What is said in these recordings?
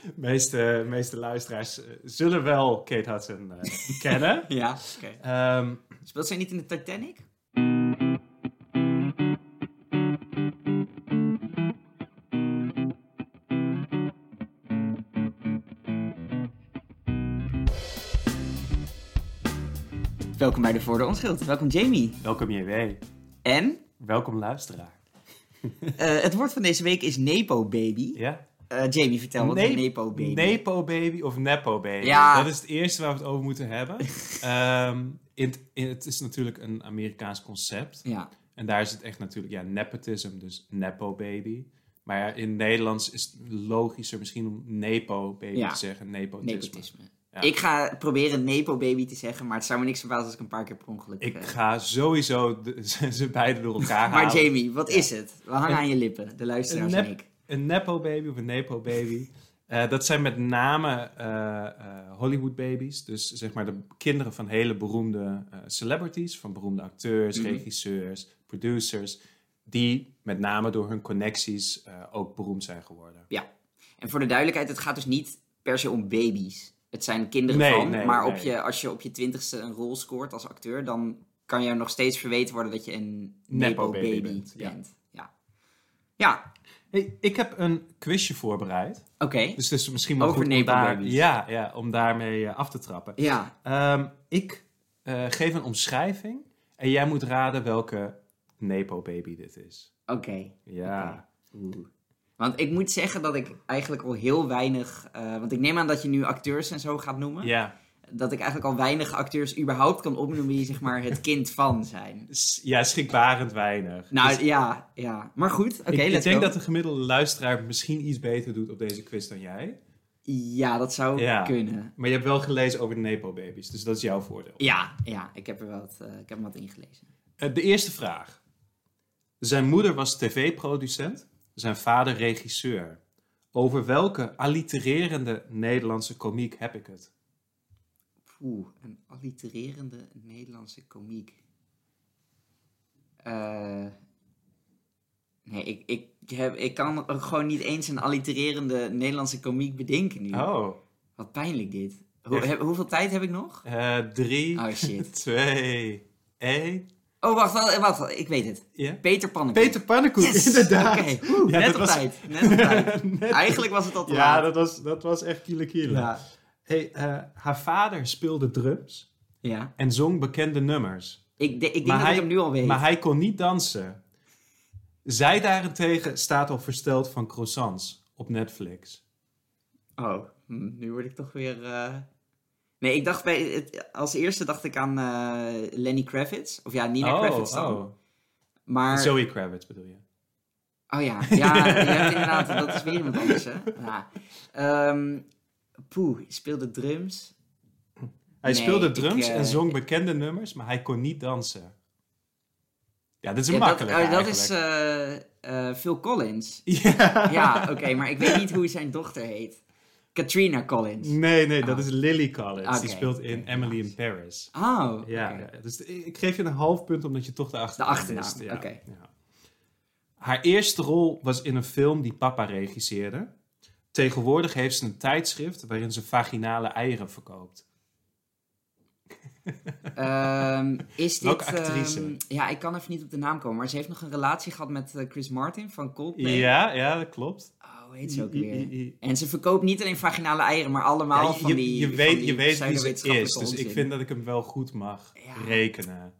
meeste luisteraars zullen wel Kate Hudson kennen. Ja, oké. Speelt zij niet in de Titanic? Welkom bij de Voor de Onschuld. Welkom Jamie. Welkom JW. En? Welkom luisteraar. Het woord van deze week is Nepo Baby. Ja? Jamie, vertel wat is Nepo Baby? Nepo Baby of Nepo Baby. Ja. Dat is het eerste waar we het over moeten hebben. Het is natuurlijk een Amerikaans concept. Ja. En daar is het echt natuurlijk, nepotism, dus Nepo Baby. Maar ja, in het Nederlands is het logischer misschien om Nepo Baby te zeggen. Nepotisme. Ja. Ik ga proberen Nepo Baby te zeggen, maar het zou me niks verbazen als ik een paar keer per ongeluk... Ik ga sowieso ze beide door elkaar halen. Maar Jamie, wat is het? We hangen aan je lippen, de luisteraars en ik. Een Nepo Baby of een Nepo Baby. Dat zijn met name Hollywood babies. Dus zeg maar de kinderen van hele beroemde celebrities. Van beroemde acteurs, regisseurs, producers. Die met name door hun connecties ook beroemd zijn geworden. Ja, en voor de duidelijkheid, het gaat dus niet per se om baby's. Het zijn kinderen maar als je op je 20ste een rol scoort als acteur, dan kan je nog steeds verweten worden dat je een Nepo Baby bent. Ja. Hey, ik heb een quizje voorbereid. Oké. Dus het is misschien wel over goed Nepo Babies. om daarmee af te trappen. Ja. Ik geef een omschrijving en jij moet raden welke Nepo Baby dit is. Oké. Ja. Okay. Want ik moet zeggen dat ik eigenlijk al heel weinig... want ik neem aan dat je nu acteurs en zo gaat noemen. Ja. Dat ik eigenlijk al weinig acteurs überhaupt kan opnoemen die zeg maar het kind van zijn. Ja, schrikbarend weinig. Nou dus, ja. Maar goed, oké, ik denk dat de gemiddelde luisteraar misschien iets beter doet op deze quiz dan jij. Ja, dat zou kunnen. Maar je hebt wel gelezen over de Nepo Babies, dus dat is jouw voordeel. Ja, ik heb er wat ingelezen. De eerste vraag. Zijn moeder was tv-producent, zijn vader regisseur. Over welke allitererende Nederlandse komiek heb ik het? Een allitererende Nederlandse komiek. Nee, ik kan gewoon niet eens een allitererende Nederlandse komiek bedenken nu. Oh. Wat pijnlijk dit. Hoeveel tijd heb ik nog? 3, oh, shit. 2, 1... Oh, wacht, ik weet het. Yeah? Peter Pannenkoek. Peter Pannenkoek, yes! inderdaad. Okay. Net op tijd. Eigenlijk was het al te laat. Ja, dat was echt kiele. Ja. Hey, haar vader speelde drums en zong bekende nummers. Ik denk dat ik hem nu al weet. Maar hij kon niet dansen. Zij daarentegen staat al versteld van croissants op Netflix. Oh, nu word ik toch weer... Nee, ik dacht als eerste dacht ik aan Lenny Kravitz. Of ja, Nina Kravitz dan. Oh. Maar... Zoe Kravitz bedoel je? Oh ja, je hebt inderdaad, dat is weer iemand anders, hè? Ja. Speelde drums. Hij speelde drums en zong bekende nummers, maar hij kon niet dansen. Ja, dat is makkelijk dat is Phil Collins. Ja, oké, maar ik weet niet hoe zijn dochter heet. Katrina Collins. Nee, dat is Lily Collins. Okay, die speelt in Emily in Paris. Oh, oké. Ja, dus ik geef je een half punt omdat je toch de achternaam wist. Ja, oké. Ja. Haar eerste rol was in een film die papa regisseerde. Tegenwoordig heeft ze een tijdschrift waarin ze vaginale eieren verkoopt. Is dit... Welke actrice? Ik kan even niet op de naam komen, maar ze heeft nog een relatie gehad met Chris Martin van Coldplay. Ja, dat klopt. Hoe heet ze ook weer? En ze verkoopt niet alleen vaginale eieren, maar allemaal van die... Je weet wie ze is, dus ik vind dat ik hem wel goed mag rekenen.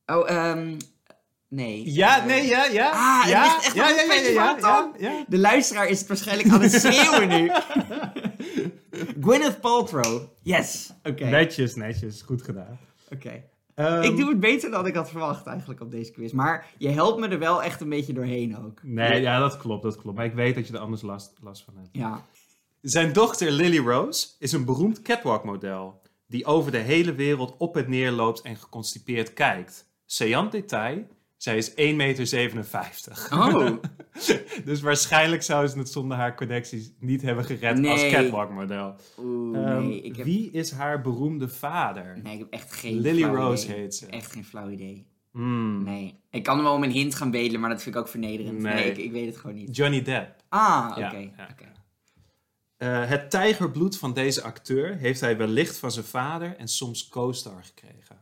Nee. Ja. Het ligt echt ja. De luisteraar is het waarschijnlijk aan het schreeuwen nu. Gwyneth Paltrow. Yes. Oké. Netjes. Goed gedaan. Oké. Ik doe het beter dan ik had verwacht eigenlijk op deze quiz. Maar je helpt me er wel echt een beetje doorheen ook. Nee, dat klopt. Maar ik weet dat je er anders last van hebt. Ja. Zijn dochter Lily Rose is een beroemd catwalk-model. Die over de hele wereld op en neer loopt en geconstipeerd kijkt. Saillant detail... Zij is 1,57 meter. Oh. Dus waarschijnlijk zou ze het zonder haar connecties niet hebben gered als catwalk-model. Wie is haar beroemde vader? Nee, ik heb echt geen Lily Rose heet ze. Echt geen flauw idee. Nee. Ik kan hem wel om een hint gaan bedelen, maar dat vind ik ook vernederend. Nee, ik weet het gewoon niet. Johnny Depp. Oké. Het tijgerbloed van deze acteur heeft hij wellicht van zijn vader en soms co-star gekregen.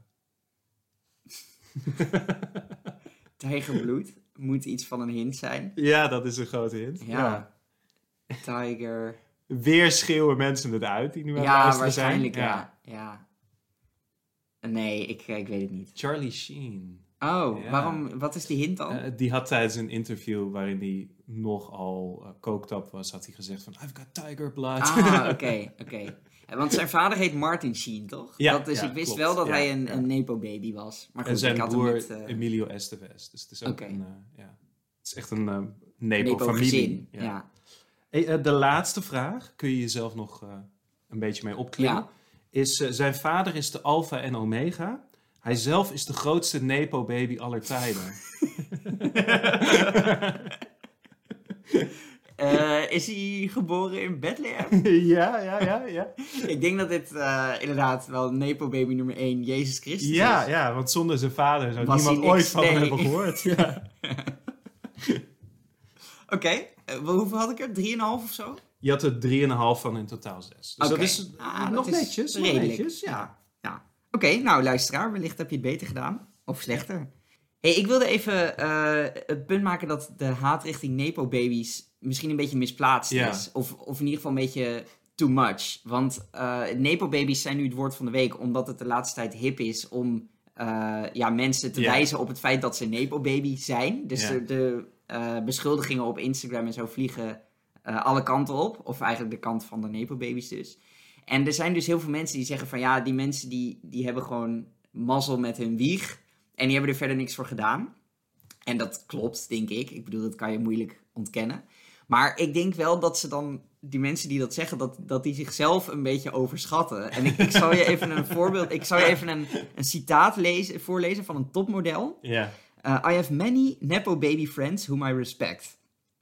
Tijgerbloed moet iets van een hint zijn. Ja, dat is een grote hint. Ja. Tiger. Weer schreeuwen mensen het uit die nu aan het luisteren zijn. Ja, waarschijnlijk, ja. Nee, ik weet het niet. Charlie Sheen. Oh, waarom? Wat is die hint dan? Die had tijdens een interview waarin hij nogal coked up was, had hij gezegd van, I've got tiger blood. Oké. Want zijn vader heet Martin Sheen, toch? Ja, dus ik wist wel dat hij een nepo-baby was. Maar goed, en zijn ik had broer hem niet, Emilio Estevez. Dus het is ook het is echt een nepo-familie. Ja. Hey, de laatste vraag, kun je jezelf nog een beetje mee opklimmen. Ja. Is zijn vader is de alfa en omega. Hij zelf is de grootste nepo-baby aller tijden. Is hij geboren in Bethlehem? Ja. Ik denk dat dit inderdaad wel nepo-baby nummer 1 Jezus Christus is. Ja, want zonder zijn vader zou niemand ooit van hem hebben gehoord. Ja. Oké, hoeveel had ik er? 3,5 of zo? Je had er 3,5 van in totaal 6. Dus dat is nog netjes. Redelijk. Ja. Oké, nou luisteraar, wellicht heb je het beter gedaan. Of slechter. Hey, ik wilde even het punt maken dat de haat richting nepo-babies misschien een beetje misplaatst is. Of in ieder geval een beetje too much. Want nepo-babies zijn nu het woord van de week, omdat het de laatste tijd hip is om mensen te wijzen op het feit dat ze nepo-baby zijn. Dus de beschuldigingen op Instagram en zo vliegen alle kanten op. Of eigenlijk de kant van de nepo-babies dus. En er zijn dus heel veel mensen die zeggen van die mensen die hebben gewoon mazzel met hun wieg. En die hebben er verder niks voor gedaan. En dat klopt, denk ik. Ik bedoel, dat kan je moeilijk ontkennen. Maar ik denk wel dat ze dan, die mensen die dat zeggen, dat die zichzelf een beetje overschatten. En ik zal je even een voorbeeld, ik zal je even een citaat voorlezen van een topmodel. Yeah. I have many nepo baby friends whom I respect.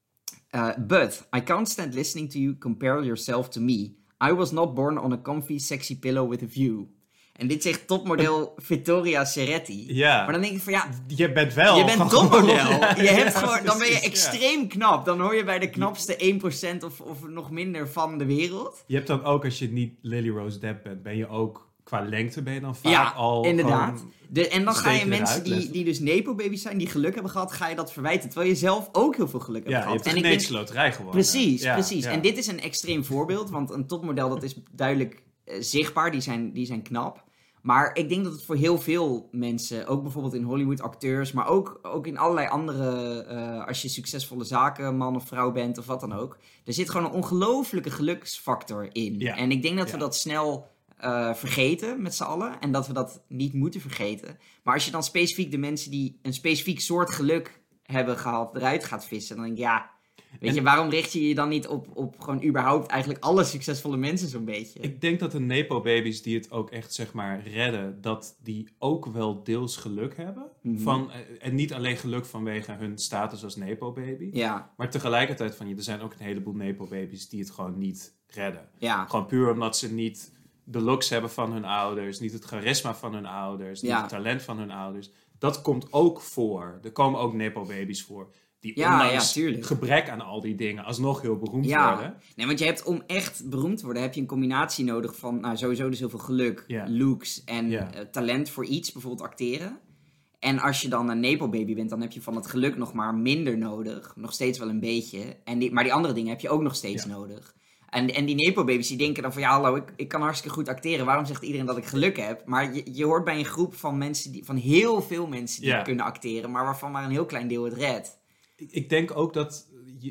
But I can't stand listening to you compare yourself to me. I was not born on a comfy, sexy pillow with a view. En dit zegt topmodel Vittoria Serretti. Ja. Maar dan denk ik van je bent wel. Je bent topmodel. Dan ben je extreem knap. Dan hoor je bij de knapste 1% of nog minder van de wereld. Je hebt dan ook, als je niet Lily Rose Depp bent, ben je ook qua lengte ben je dan vaak al. Inderdaad. En dan ga je mensen die dus nepo-baby's zijn, die geluk hebben gehad, ga je dat verwijten. Terwijl je zelf ook heel veel geluk hebt gehad. Ja, je hebt een genetische loterij gewonnen. Precies. Ja. En dit is een extreem voorbeeld, want een topmodel, dat is duidelijk zichtbaar. Die zijn knap. Maar ik denk dat het voor heel veel mensen, ook bijvoorbeeld in Hollywood acteurs, maar ook in allerlei andere, als je succesvolle zakenman of vrouw bent of wat dan ook. Er zit gewoon een ongelofelijke geluksfactor in. Ja. En ik denk dat we dat snel vergeten met z'n allen. En dat we dat niet moeten vergeten. Maar als je dan specifiek de mensen die een specifiek soort geluk hebben gehad eruit gaat vissen, dan denk ik, weet je, waarom richt je je dan niet op gewoon überhaupt eigenlijk alle succesvolle mensen zo'n beetje? Ik denk dat de nepo-babies die het ook echt, zeg maar, redden, dat die ook wel deels geluk hebben. Mm-hmm. En niet alleen geluk vanwege hun status als nepo-baby. Ja. Maar tegelijkertijd er zijn ook een heleboel nepo-babies die het gewoon niet redden. Ja. Gewoon puur omdat ze niet de looks hebben van hun ouders, niet het charisma van hun ouders, niet het talent van hun ouders. Dat komt ook voor. Er komen ook nepo-baby's voor. Die ondanks gebrek aan al die dingen alsnog heel beroemd worden. Nee, want je hebt om echt beroemd te worden, heb je een combinatie nodig van sowieso dus heel veel geluk, looks en talent voor iets, bijvoorbeeld acteren. En als je dan een nepo-baby bent, dan heb je van het geluk nog maar minder nodig. Nog steeds wel een beetje. Maar die andere dingen heb je ook nog steeds nodig. En die nepo-baby's die denken dan van hallo, ik kan hartstikke goed acteren. Waarom zegt iedereen dat ik geluk heb? Maar je hoort bij een groep van mensen, van heel veel mensen die kunnen acteren, maar waarvan maar een heel klein deel het redt. Ik denk ook dat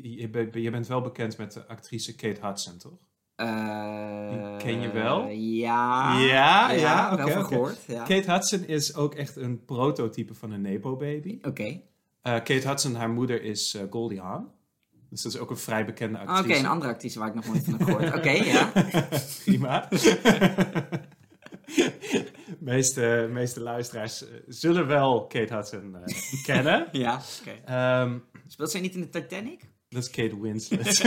je bent wel bekend met de actrice Kate Hudson, toch? Die ken je wel? Ja, wel van gehoord. Ja. Kate Hudson is ook echt een prototype van een nepo-baby. Oké. Kate Hudson, haar moeder is Goldie Hawn. Dus dat is ook een vrij bekende actrice. Oké, een andere actrice waar ik nog nooit van heb gehoord. Oké, ja. Prima. De meeste luisteraars zullen wel Kate Hudson kennen. Ja, oké. Speelt zij niet in de Titanic? Dat is Kate Winslet.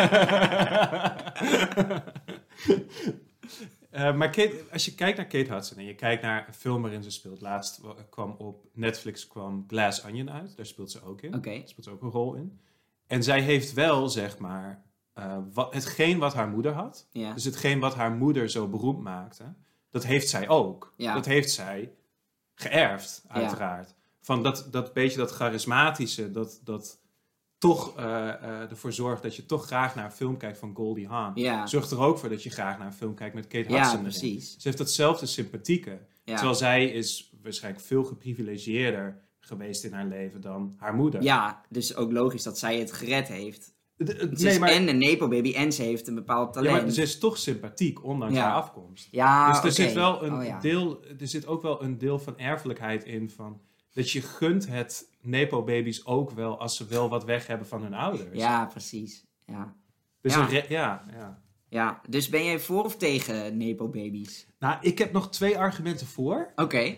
Maar als je kijkt naar Kate Hudson en je kijkt naar een film waarin ze speelt. Laatst kwam op Netflix Glass Onion uit. Daar speelt ze ook in. Okay. Daar speelt ze ook een rol in. En zij heeft wel, zeg maar, hetgeen wat haar moeder had. Ja. Dus hetgeen wat haar moeder zo beroemd maakte. Dat heeft zij ook. Ja. Dat heeft zij geërfd, uiteraard. Ja. Van dat beetje dat charismatische, dat toch ervoor zorgt dat je toch graag naar een film kijkt van Goldie Hawn. Ja. Zorgt er ook voor dat je graag naar een film kijkt met Kate Hudson. Ja, precies. Ze heeft datzelfde sympathieke. Ja. Terwijl zij is waarschijnlijk veel geprivilegieerder geweest in haar leven dan haar moeder. Ja, dus ook logisch dat zij het gered heeft. Ze is en een nepo-baby en ze heeft een bepaald talent. Ja, maar ze is toch sympathiek, ondanks haar afkomst. Ja, dus er zit wel een deel, er zit ook wel een deel van erfelijkheid in van dat je gunt het nepo-babies ook wel als ze wel wat weg hebben van hun ouders. Ja, precies. Ja. Dus Ja, dus ben jij voor of tegen nepo-babies? Nou, ik heb nog 2 argumenten voor. Oké.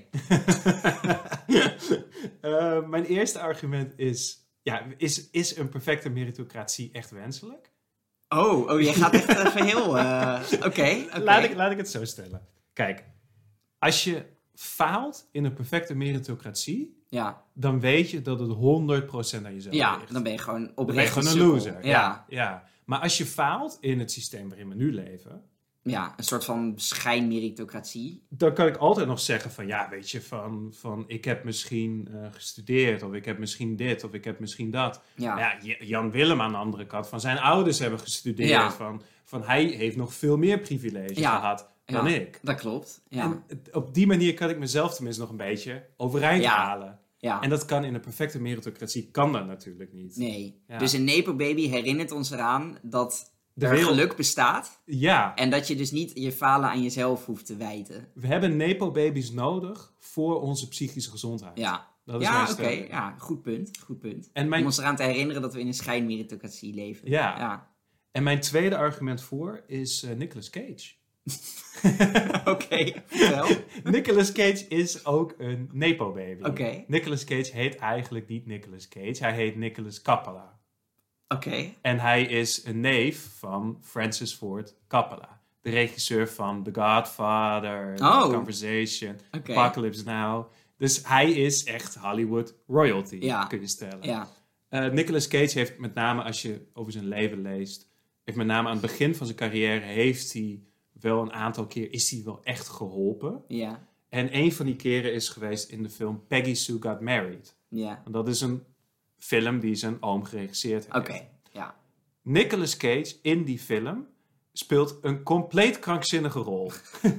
Mijn eerste argument is... Ja, is een perfecte meritocratie echt wenselijk? Oh, jij gaat echt even heel... Oké. Laat ik het zo stellen. Kijk, als je faalt in een perfecte meritocratie... Ja. Dan weet je dat het 100% aan jezelf ligt. Ja, dan ben je gewoon oprecht een loser. Ja. Maar als je faalt in het systeem waarin we nu leven... Ja, een soort van schijnmeritocratie. Dan kan ik altijd nog zeggen van... Ja, weet je, van ik heb misschien gestudeerd... of ik heb misschien dit, of ik heb misschien dat. Ja, Jan Willem aan de andere kant... van zijn ouders hebben gestudeerd. Ja. Van hij heeft nog veel meer privilege gehad dan ik. Dat klopt. Ja. En op die manier kan ik mezelf tenminste nog een beetje overeind halen. Ja. En dat kan in een perfecte meritocratie, kan dat natuurlijk niet. Nee. Ja. Dus een nepo-baby herinnert ons eraan dat er geluk bestaat. Ja. En dat je dus niet je falen aan jezelf hoeft te wijten. We hebben nepo-babies nodig voor onze psychische gezondheid. Ja. Dat is oké. Ja, goed punt. Om ons eraan te herinneren dat we in een schijnmeritocratie leven. Ja. En mijn tweede argument voor is Nicolas Cage. Oké, vertel. Nicolas Cage is ook een nepo-baby. Oké. Nicolas Cage heet eigenlijk niet Nicolas Cage. Hij heet Nicholas Coppola. Oké. En hij is een neef van Francis Ford Coppola. De regisseur van The Godfather, The Conversation, Apocalypse Now. Dus hij is echt Hollywood royalty, kun je stellen. Ja. Nicolas Cage heeft met name, als je over zijn leven leest... heeft met name aan het begin van zijn carrière... heeft hij wel een aantal keer is hij wel echt geholpen. Ja. En een van die keren is geweest in de film Peggy Sue Got Married. Ja. En dat is een film die zijn oom geregisseerd heeft. Oké, ja. Nicolas Cage in die film speelt een compleet krankzinnige rol.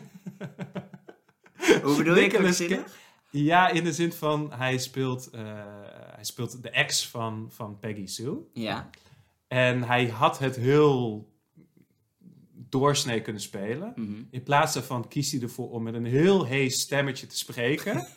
Hoe bedoel je krankzinnig? Ja, in de zin van hij speelt de ex van Peggy Sue. Ja. En hij had het heel doorsnee kunnen spelen. Mm-hmm. In plaats daarvan kiest hij ervoor om met een heel hees stemmetje te spreken.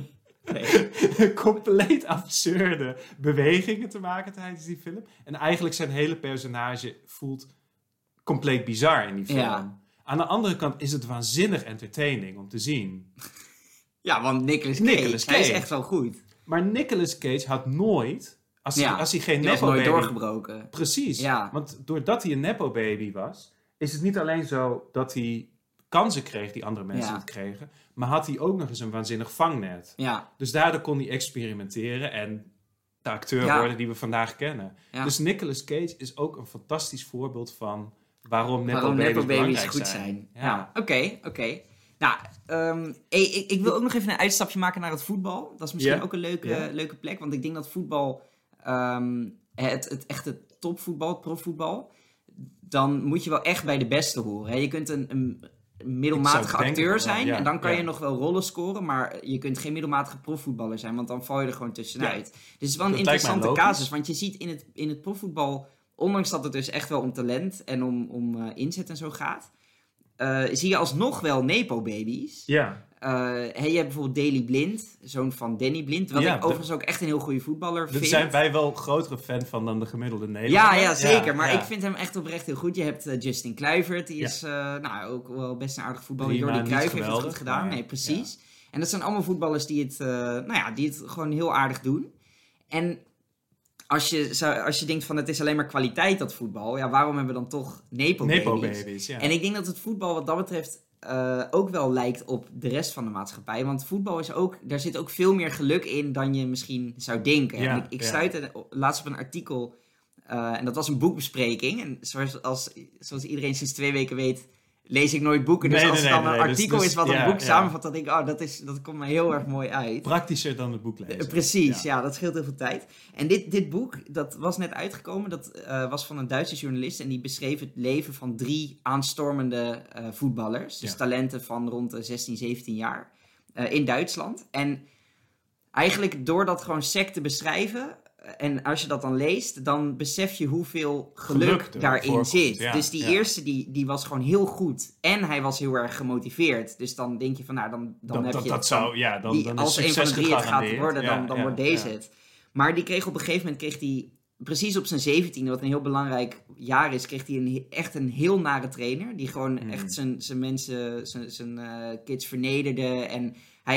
Compleet absurde bewegingen te maken tijdens die film. En eigenlijk zijn hele personage voelt compleet bizar in die film. Ja. Aan de andere kant is het waanzinnig entertaining om te zien. Ja, want Nicolas Cage, hij is echt wel goed. Maar Nicolas Cage had nooit... Als hij geen nepo-baby... nooit doorgebroken. Precies. Ja. Want doordat hij een nepo-baby was... is het niet alleen zo dat hij kansen kreeg die andere mensen niet kregen... maar had hij ook nog eens een waanzinnig vangnet. Ja. Dus daardoor kon hij experimenteren en de acteur worden die we vandaag kennen. Ja. Dus Nicolas Cage is ook een fantastisch voorbeeld van waarom nepo-babies goed zijn. Ja. Oké. Nou, ik wil ook nog even een uitstapje maken naar het voetbal. Dat is misschien ook een leuke plek. Want ik denk dat voetbal, het echte topvoetbal, het profvoetbal... dan moet je wel echt bij de beste horen. Hè? Je kunt een middelmatige acteur zijn... en dan kan je nog wel rollen scoren... maar je kunt geen middelmatige profvoetballer zijn... want dan val je er gewoon tussenuit. Dus het is wel een interessante casus... want je ziet in het profvoetbal... ondanks dat het dus echt wel om talent... en om inzet en zo gaat... zie je alsnog wel nepo-baby's. Ja. Je hebt bijvoorbeeld Daley Blind, zoon van Danny Blind. Wat ik overigens ook echt een heel goede voetballer vind. Daar zijn wij wel grotere fan van dan de gemiddelde Nederlander. Ja, zeker. Maar ik vind hem echt oprecht heel goed. Je hebt Justin Kluivert, die is ook wel best een aardig voetballer. Jordi Cruijff heeft het goed gedaan. Nee, precies. Ja. En dat zijn allemaal voetballers die het gewoon heel aardig doen. En als je denkt van het is alleen maar kwaliteit dat voetbal, waarom hebben we dan toch nepo-baby's? En ik denk dat het voetbal wat dat betreft ook wel lijkt op de rest van de maatschappij. Want voetbal is ook, daar zit ook veel meer geluk in dan je misschien zou denken. Ja, en ik stuitte laatst op een artikel En dat was een boekbespreking. En zoals iedereen sinds 2 weken weet, lees ik nooit boeken. Dus als er dan een artikel is wat een boek samenvat, dan denk ik, dat komt me heel erg mooi uit. Praktischer dan het boek lezen. Precies, ja, dat scheelt heel veel tijd. En dit boek, dat was net uitgekomen. Dat was van een Duitse journalist. En die beschreef het leven van 3 aanstormende voetballers. Dus talenten van rond de 16, 17 jaar. In Duitsland. En eigenlijk door dat gewoon sec te beschrijven, en als je dat dan leest, dan besef je hoeveel geluk daarin zit. Ja, dus die eerste, die was gewoon heel goed. En hij was heel erg gemotiveerd. Dus dan denk je van, nou, dan heb je... Dat zou, ja, dan als een van de 3 het gaat worden, dan wordt deze het. Maar die kreeg op een gegeven moment, precies op zijn 17e, wat een heel belangrijk jaar is, kreeg hij echt een heel nare trainer. Die gewoon echt zijn mensen, zijn kids vernederde. En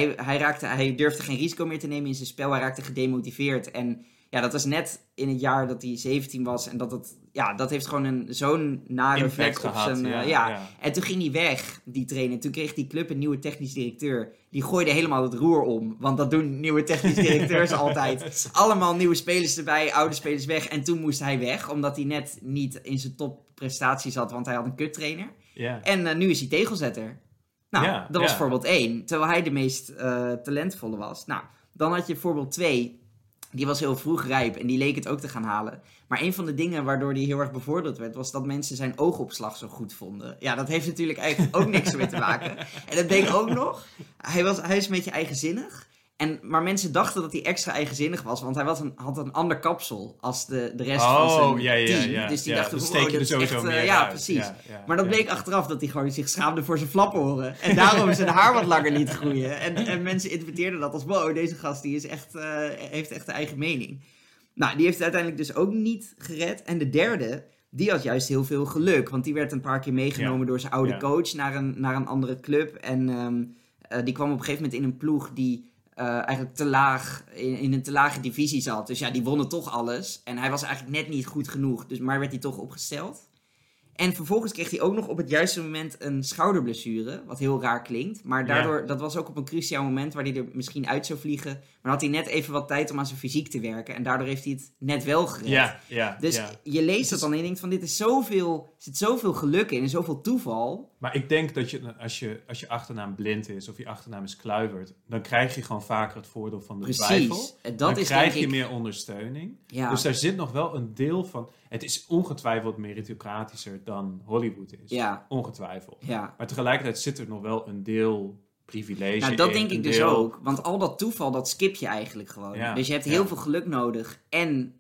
hij durfde geen risico meer te nemen in zijn spel. Hij raakte gedemotiveerd. En ja, dat was net in het jaar dat hij 17 was. En dat heeft gewoon zo'n nare vlek op zijn... En toen ging hij weg, die trainer. Toen kreeg die club een nieuwe technisch directeur. Die gooide helemaal het roer om. Want dat doen nieuwe technisch directeurs altijd. Allemaal nieuwe spelers erbij, oude spelers weg. En toen moest hij weg, omdat hij net niet in zijn topprestatie zat. Want hij had een kuttrainer. Yeah. En nu is hij tegelzetter. Nou, dat was voorbeeld 1. Terwijl hij de meest talentvolle was. Nou, dan had je voorbeeld 2... Die was heel vroeg rijp en die leek het ook te gaan halen. Maar een van de dingen waardoor die heel erg bevorderd werd, was dat mensen zijn oogopslag zo goed vonden. Ja, dat heeft natuurlijk eigenlijk ook niks mee te maken. En dat bleek ook nog. Hij is een beetje eigenzinnig. Maar mensen dachten dat hij extra eigenzinnig was, want hij had een ander kapsel als de rest van zijn team. Ja. Dus die dachten, dat is echt... Ja, precies. Ja. Maar dat bleek achteraf dat hij gewoon zich schaamde voor zijn flaporen. En daarom zijn haar wat langer liet groeien. En mensen interpreteerden dat als, wow, deze gast die is heeft echt een eigen mening. Nou, die heeft het uiteindelijk dus ook niet gered. En de derde, die had juist heel veel geluk. Want die werd een paar keer meegenomen door zijn oude coach naar een andere club. En die kwam op een gegeven moment in een ploeg die... eigenlijk te laag, in een te lage divisie zat. Dus ja, die wonnen toch alles. En hij was eigenlijk net niet goed genoeg. Maar werd hij toch opgesteld. En vervolgens kreeg hij ook nog op het juiste moment een schouderblessure. Wat heel raar klinkt. Maar daardoor, dat was ook op een cruciaal moment waar hij er misschien uit zou vliegen. Maar dan had hij net even wat tijd om aan zijn fysiek te werken. En daardoor heeft hij het net wel gered. Dus je leest dat dan en je denkt van, er zit zoveel geluk in en zoveel toeval. Maar ik denk dat als je achternaam Blind is of je achternaam is Kluivert, dan krijg je gewoon vaker het voordeel van de twijfel. Dan krijg je meer ondersteuning. Ja. Dus daar zit nog wel een deel van... Het is ongetwijfeld meritocratischer dan Hollywood is. Ja. Ongetwijfeld. Ja. Maar tegelijkertijd zit er nog wel een deel privilege in. Nou, dat denk ik dus ook. Want al dat toeval, dat skip je eigenlijk gewoon. Ja. Dus je hebt heel veel geluk nodig en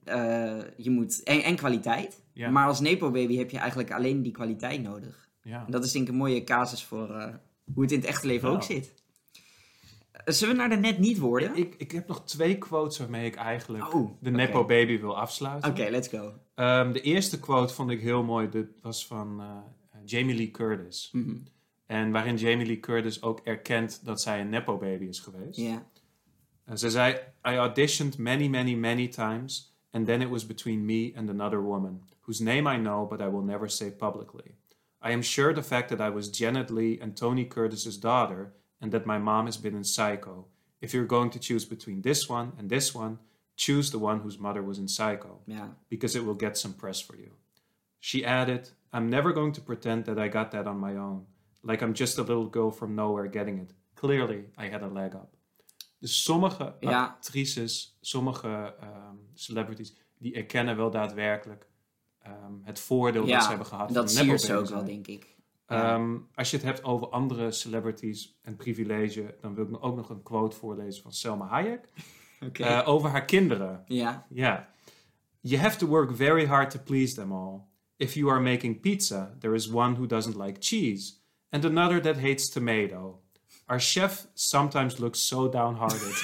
en kwaliteit. Ja. Maar als Nepo Baby heb je eigenlijk alleen die kwaliteit nodig. Ja. En dat is denk ik een mooie casus voor hoe het in het echte leven ook zit. Zullen we naar de net niet worden? Ik heb nog 2 quotes waarmee ik eigenlijk de Nepo Baby wil afsluiten. Oké, let's go. De eerste quote vond ik heel mooi. Dat was van Jamie Lee Curtis. Mm-hmm. En waarin Jamie Lee Curtis ook erkent dat zij een Nepo Baby is geweest. Yeah. Ze zei, I auditioned many, many, many times. And then it was between me and another woman. Whose name I know, but I will never say publicly. I am sure the fact that I was Janet Leigh and Tony Curtis's daughter... and that my mom has been in Psycho. If you're going to choose between this one and this one, choose the one whose mother was in Psycho. Yeah. Because it will get some press for you. She added, I'm never going to pretend that I got that on my own. Like I'm just a little girl from nowhere getting it. Clearly, I had a leg up. Dus sommige actrices, sommige celebrities, die erkennen wel daadwerkelijk het voordeel dat ze hebben gehad. Dat zie je ook wel, denk ik. Als je het hebt over andere celebrities en privilege, dan wil ik ook nog een quote voorlezen van Selma Hayek. Okay. Over haar kinderen. Ja. Yeah. You have to work very hard to please them all. If you are making pizza, there is one who doesn't like cheese, and another that hates tomato. Our chef sometimes looks so downhearted.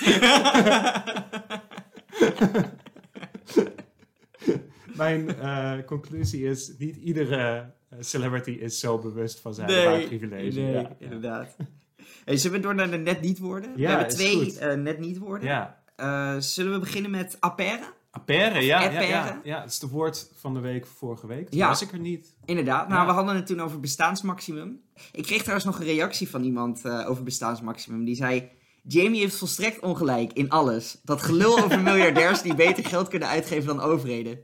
Mijn conclusie is, niet iedere celebrity is zo bewust van zijn privilege. Nee, inderdaad. Hey, zullen we door naar de net niet woorden? Ja, we hebben 2 net niet woorden. Ja. Zullen we beginnen met appaire? Appaire, ja. Het is de woord van de week vorige week. Toen was ik er niet. Inderdaad. Nou, we hadden het toen over bestaansmaximum. Ik kreeg trouwens nog een reactie van iemand over bestaansmaximum. Die zei, Jamie heeft volstrekt ongelijk in alles. Dat gelul over miljardairs die beter geld kunnen uitgeven dan overheden.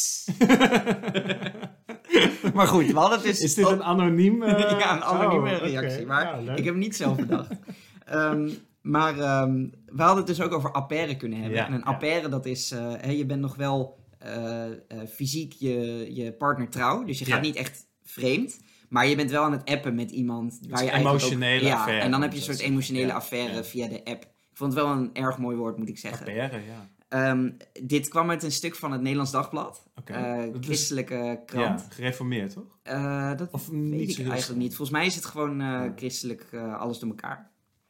Maar goed, we hadden het dus... Is dit een anoniem... Ja, een anonieme reactie. Okay. Maar ik heb hem niet zelf bedacht. Maar we hadden het dus ook over appaire kunnen hebben. En een appaire, dat is... je bent nog wel fysiek je partner trouw. Dus je gaat niet echt vreemd. Maar je bent wel aan het appen met iemand. Waar je emotionele affaire. En dan heb je een soort emotionele affaire via de app. Ik vond het wel een erg mooi woord, moet ik zeggen. Appaire, ja. Dit kwam uit een stuk van het Nederlands Dagblad. Christelijke krant. Ja, gereformeerd, toch? Dat weet ik eigenlijk niet. Volgens mij is het gewoon christelijk alles door elkaar.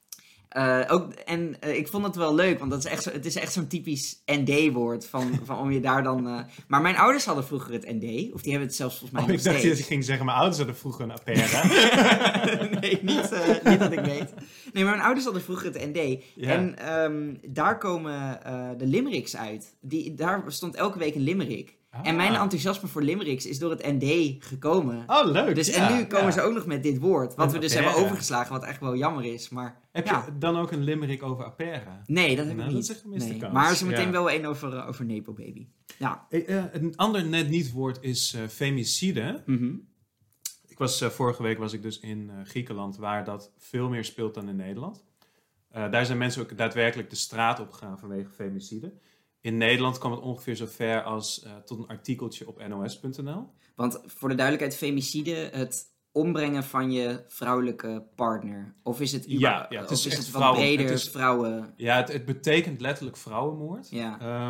Ik vond het wel leuk, want het is echt zo'n typisch ND-woord van om je daar dan... Maar mijn ouders hadden vroeger het ND, of die hebben het zelfs volgens mij nog steeds. Ik dacht dat je ging zeggen, mijn ouders hadden vroeger een appaire. Nee, niet dat ik weet. Nee, maar mijn ouders hadden vroeger het ND. Ja. En daar komen de limericks uit. Daar stond elke week een limerick. En mijn enthousiasme voor limericks is door het ND gekomen. Oh, leuk. Dus, en nu komen ze ook nog met dit woord. Wat we dus hebben overgeslagen, wat eigenlijk wel jammer is. Maar, heb je dan ook een limerick over appaire? Nee, dat heb ik niet. Dat is een gemiste kans. Maar zo meteen wel een over Nepo Baby. Ja. Een ander net niet woord is femicide. Mm-hmm. Vorige week was ik dus in Griekenland, waar dat veel meer speelt dan in Nederland. Daar zijn mensen ook daadwerkelijk de straat op gegaan vanwege femicide. In Nederland kwam het ongeveer zo ver als tot een artikeltje op nos.nl. Want voor de duidelijkheid, femicide, het ombrengen van je vrouwelijke partner. Of is het, het is echt wat breder, vrouwen? Ja, het betekent letterlijk vrouwenmoord. Ja.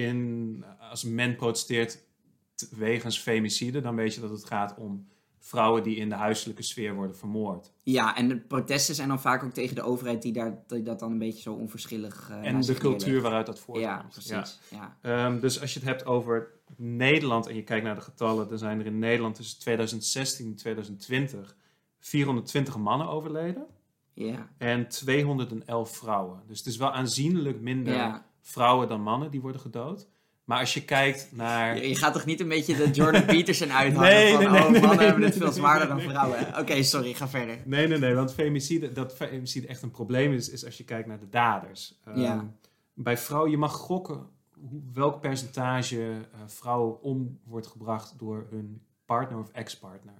Als men protesteert wegens femicide, dan weet je dat het gaat om vrouwen die in de huiselijke sfeer worden vermoord. Ja, en de protesten zijn dan vaak ook tegen de overheid die dat dan een beetje zo onverschillig en de cultuur waaruit dat voortkomt. Ja, precies. Ja. Dus als je het hebt over Nederland en je kijkt naar de getallen, dan zijn er in Nederland tussen 2016 en 2020 420 mannen overleden. Ja. En 211 vrouwen. Dus het is wel aanzienlijk minder vrouwen dan mannen die worden gedood. Maar als je kijkt naar... Je gaat toch niet een beetje de Jordan Peterson uithangen mannen hebben het veel zwaarder dan vrouwen. Oké, sorry, ga verder. Nee, want femicide echt een probleem is als je kijkt naar de daders. Bij vrouwen, je mag gokken welk percentage vrouwen om wordt gebracht door hun partner of ex-partner.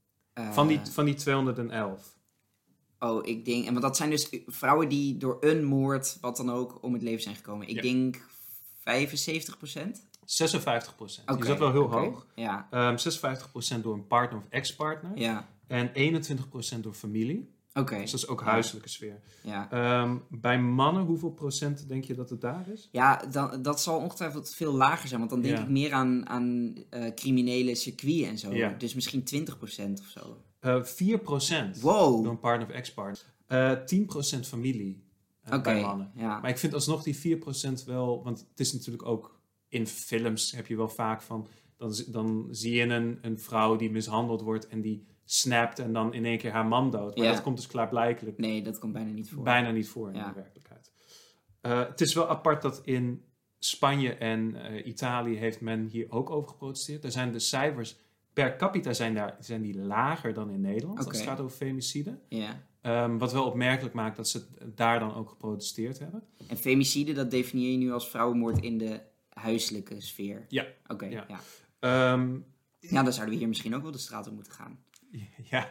Van die 211. Oh, ik denk... Want dat zijn dus vrouwen die door een moord, wat dan ook, om het leven zijn gekomen. Ik denk 75%? 56%. Die zat wel heel hoog. Ja. 56% door een partner of ex-partner. Ja. En 21% door familie. Oké. Dus dat is ook huiselijke sfeer. Ja. Bij mannen, hoeveel procent denk je dat het daar is? Ja, dat zal ongetwijfeld veel lager zijn. Want dan denk ik meer aan criminele circuiten en zo. Ja. Dus misschien 20% of zo. 4% wow. door een partner of ex-partner. 10% familie bij mannen. Ja. Maar ik vind alsnog die 4% wel... Want het is natuurlijk ook... In films heb je wel vaak van... Dan zie je een vrouw die mishandeld wordt en die snapt en dan in één keer haar man dood. Maar dat komt dus klaarblijkelijk... Nee, dat komt bijna niet voor. Bijna niet voor in de werkelijkheid. Het is wel apart dat in Spanje en Italië heeft men hier ook over geprotesteerd. Daar zijn de cijfers per capita zijn die lager dan in Nederland. Als het gaat over femicide. Ja. Wat wel opmerkelijk maakt dat ze daar dan ook geprotesteerd hebben. En femicide, dat definieer je nu als vrouwenmoord in de huiselijke sfeer? Ja. Oké, ja. Dan zouden we hier misschien ook wel de straat op moeten gaan. Ja.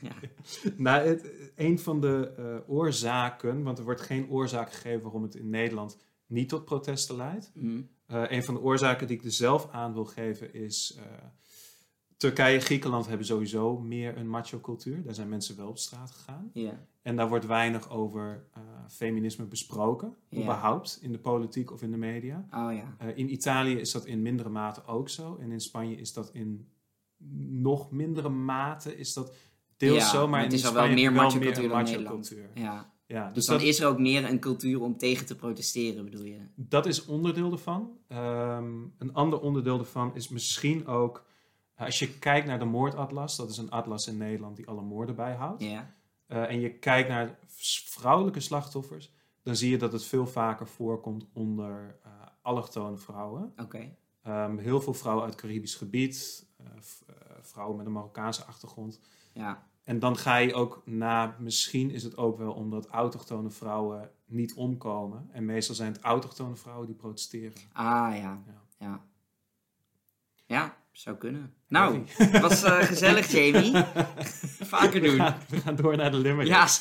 Nou, een van de oorzaken, want er wordt geen oorzaak gegeven waarom het in Nederland niet tot protesten leidt. Mm. Een van de oorzaken die ik er zelf aan wil geven is... Turkije en Griekenland hebben sowieso meer een macho-cultuur. Daar zijn mensen wel op straat gegaan. Yeah. En daar wordt weinig over feminisme besproken. Überhaupt, in de politiek of in de media. Oh, ja. In Italië is dat in mindere mate ook zo. En in Spanje is dat in nog mindere mate is dat deels zo. Maar het is in al wel meer macho-cultuur dan Nederland. Ja. Ja, dus dan is er ook meer een cultuur om tegen te protesteren, bedoel je? Dat is onderdeel ervan. Een ander onderdeel ervan is misschien ook... Als je kijkt naar de moordatlas, dat is een atlas in Nederland die alle moorden bijhoudt. Ja. En je kijkt naar vrouwelijke slachtoffers, dan zie je dat het veel vaker voorkomt onder allochtone vrouwen. Oké. Heel veel vrouwen uit het Caribisch gebied, vrouwen met een Marokkaanse achtergrond. Ja. En dan ga je ook misschien is het ook wel omdat autochtone vrouwen niet omkomen. En meestal zijn het autochtone vrouwen die protesteren. Ah, ja. Ja, zou kunnen. Nou, het was gezellig, Jamie. Vaker doen. We gaan door naar de limericks.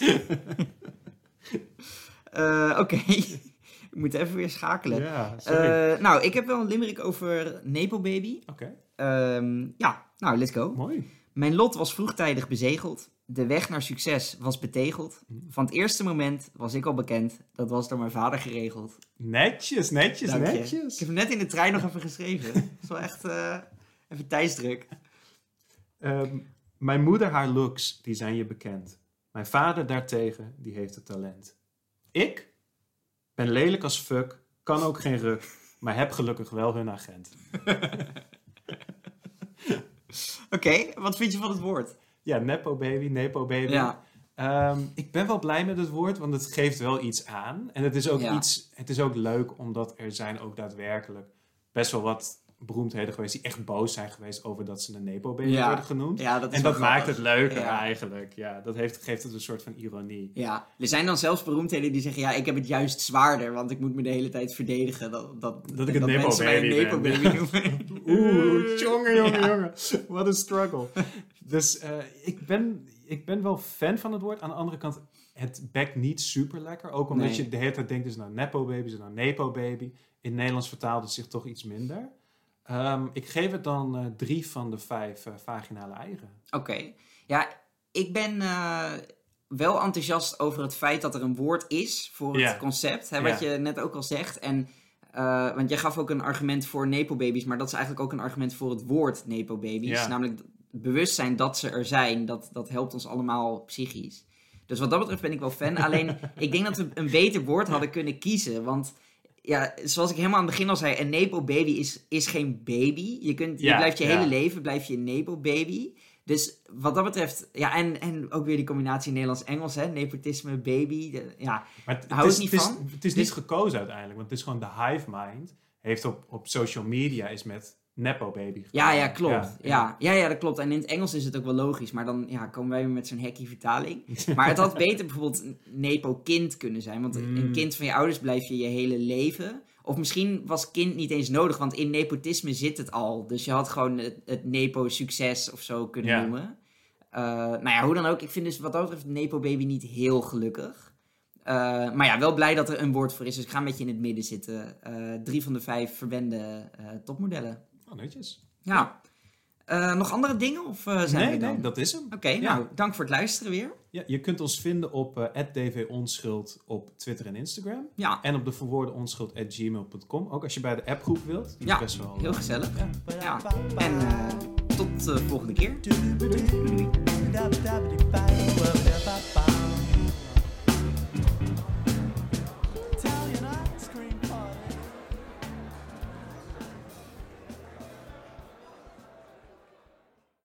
Ja. Oké. We moeten even weer schakelen. Ja, sorry. Nou, ik heb wel een limerick over Nepo Baby. Oké. Nou, let's go. Mooi. Mijn lot was vroegtijdig bezegeld. De weg naar succes was betegeld. Van het eerste moment was ik al bekend. Dat was door mijn vader geregeld. Netjes. Ik heb hem net in de trein nog even geschreven. Dat is wel echt even tijdsdruk. Mijn moeder, haar looks, die zijn je bekend. Mijn vader daartegen, die heeft het talent. Ik ben lelijk als fuck, kan ook geen ruk, maar heb gelukkig wel hun agent. Oké, wat vind je van het woord? Ja, Nepo Baby. Ja. Ik ben wel blij met het woord, want het geeft wel iets aan. En het is ook het is ook leuk, omdat er zijn ook daadwerkelijk best wel wat beroemdheden geweest die echt boos zijn geweest over dat ze een Nepo Baby worden genoemd. Ja, dat is en dat grappig. maakt het leuker eigenlijk. Ja, dat geeft het een soort van ironie. Ja, er zijn dan zelfs beroemdheden die zeggen, ja, ik heb het juist zwaarder, want ik moet me de hele tijd verdedigen dat ik een Nepo Baby noemen. Oeh, jongen. What a struggle. Dus ik ben wel fan van het woord. Aan de andere kant, het bekt niet super lekker. Ook omdat je de hele tijd denkt, is het nou Nepo Baby, is het nou Nepo Baby. In het Nederlands vertaalt het zich toch iets minder. Ik geef het dan 3 van de 5 vaginale eieren. Oké. Ja, ik ben wel enthousiast over het feit dat er een woord is voor het concept. Hè, wat je net ook al zegt. En, want jij gaf ook een argument voor Nepo Babies, maar dat is eigenlijk ook een argument voor het woord Nepo Babies. Ja. Namelijk het bewustzijn dat ze er zijn, dat helpt ons allemaal psychisch. Dus wat dat betreft ben ik wel fan. Alleen, ik denk dat we een beter woord hadden kunnen kiezen, want... Ja, zoals ik helemaal aan het begin al zei, een Nepo Baby is geen baby. Je blijft je hele leven een Nepo Baby. Dus wat dat betreft, ja, en ook weer die combinatie Nederlands-Engels, hè, nepotisme, baby, maar hou ik niet van. Het is niet gekozen uiteindelijk, want het is gewoon de hive mind, heeft op social media is met Nepo Baby gekomen. Ja, klopt. Ja, dat klopt. En in het Engels is het ook wel logisch, maar dan komen wij weer met zo'n hacky vertaling. Maar het had beter bijvoorbeeld een Nepo-kind kunnen zijn, want een kind van je ouders blijf je hele leven. Of misschien was kind niet eens nodig, want in nepotisme zit het al. Dus je had gewoon het Nepo-succes of zo kunnen noemen. Hoe dan ook, ik vind dus wat dat betreft Nepo Baby niet heel gelukkig. Maar ja, wel blij dat er een woord voor is, dus ik ga een beetje in het midden zitten. 3 van de 5 verwende topmodellen. Oh, netjes. Ja. Nog andere dingen? Of zijn we dan? Nee, dat is hem. Oké, nou, dank voor het luisteren weer. Ja, je kunt ons vinden op @dvonschuld op Twitter en Instagram. Ja. En op de verwoorde onschuld@gmail.com. Ook als je bij de appgroep wilt. Die is best wel, heel gezellig. Ja. En tot de volgende keer. Doei.